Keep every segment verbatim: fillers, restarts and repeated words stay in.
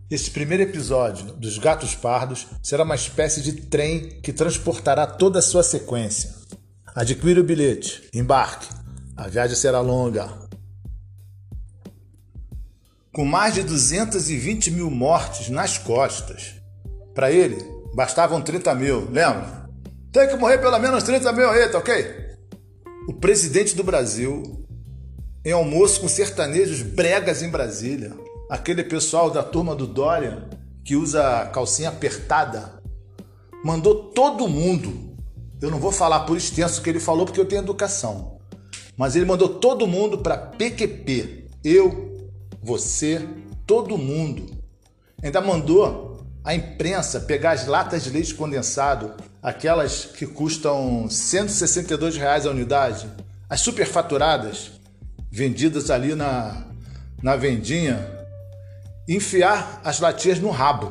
Este primeiro episódio dos Gatos Pardos será uma espécie de trem que transportará toda a sua sequência. Adquira o bilhete, embarque, a viagem será longa. Com mais de duzentos e vinte mil mortes nas costas, para ele bastavam trinta mil, lembra? Tem que morrer pelo menos trinta mil aí, tá ok? O presidente do Brasil, em almoço com sertanejos bregas em Brasília, aquele pessoal da turma do Dória que usa calcinha apertada, mandou todo mundo, eu não vou falar por extenso o que ele falou porque eu tenho educação, mas ele mandou todo mundo para P Q P, eu, você, todo mundo. Ainda mandou a imprensa pegar as latas de leite condensado, aquelas que custam cento e sessenta e dois reais a unidade, as superfaturadas, vendidas ali na, na vendinha, enfiar as latinhas no rabo.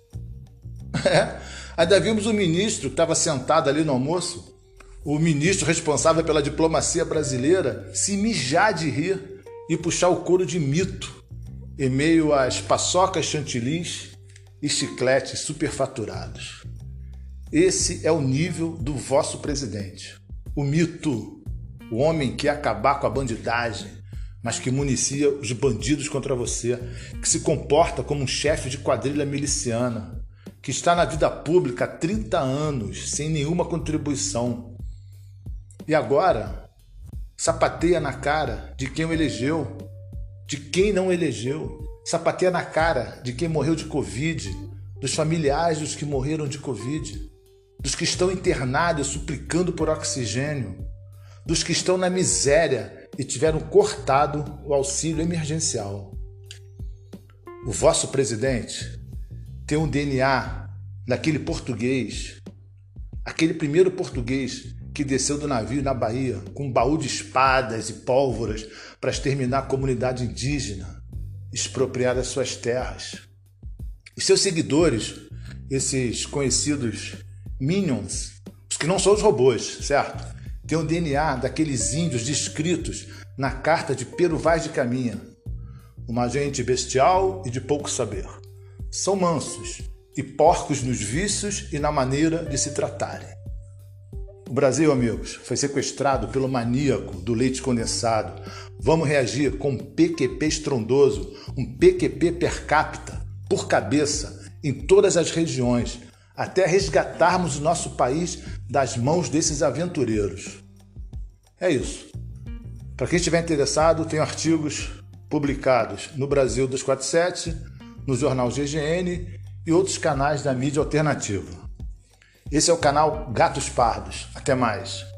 É. Ainda vimos o ministro que estava sentado ali no almoço, o ministro responsável pela diplomacia brasileira, se mijar de rir e puxar o couro de mito em meio às paçocas chantilis e chicletes superfaturados. Esse é o nível do vosso presidente. O mito, o homem que ia acabar com a bandidagem, mas que municia os bandidos contra você, que se comporta como um chefe de quadrilha miliciana, que está na vida pública há trinta anos, sem nenhuma contribuição. E agora, sapateia na cara de quem o elegeu, de quem não elegeu, sapateia na cara de quem morreu de Covid, dos familiares dos que morreram de Covid, dos que estão internados suplicando por oxigênio, dos que estão na miséria e tiveram cortado o auxílio emergencial. O vosso presidente tem um D N A daquele português, aquele primeiro português que desceu do navio na Bahia com um baú de espadas e pólvoras para exterminar a comunidade indígena, expropriar as suas terras. Os seus seguidores, esses conhecidos minions, os que não são os robôs, certo? Tem o D N A daqueles índios descritos na carta de Pero Vaz de Caminha. Uma gente bestial e de pouco saber. São mansos e porcos nos vícios e na maneira de se tratarem. O Brasil, amigos, foi sequestrado pelo maníaco do leite condensado. Vamos reagir com um P Q P estrondoso, um P Q P per capita, por cabeça, em todas as regiões, até resgatarmos o nosso país das mãos desses aventureiros. É isso. Para quem estiver interessado, tem artigos publicados no Brasil duzentos e quarenta e sete, no jornal G G N e outros canais da mídia alternativa. Esse é o canal Gatos Pardos. Até mais.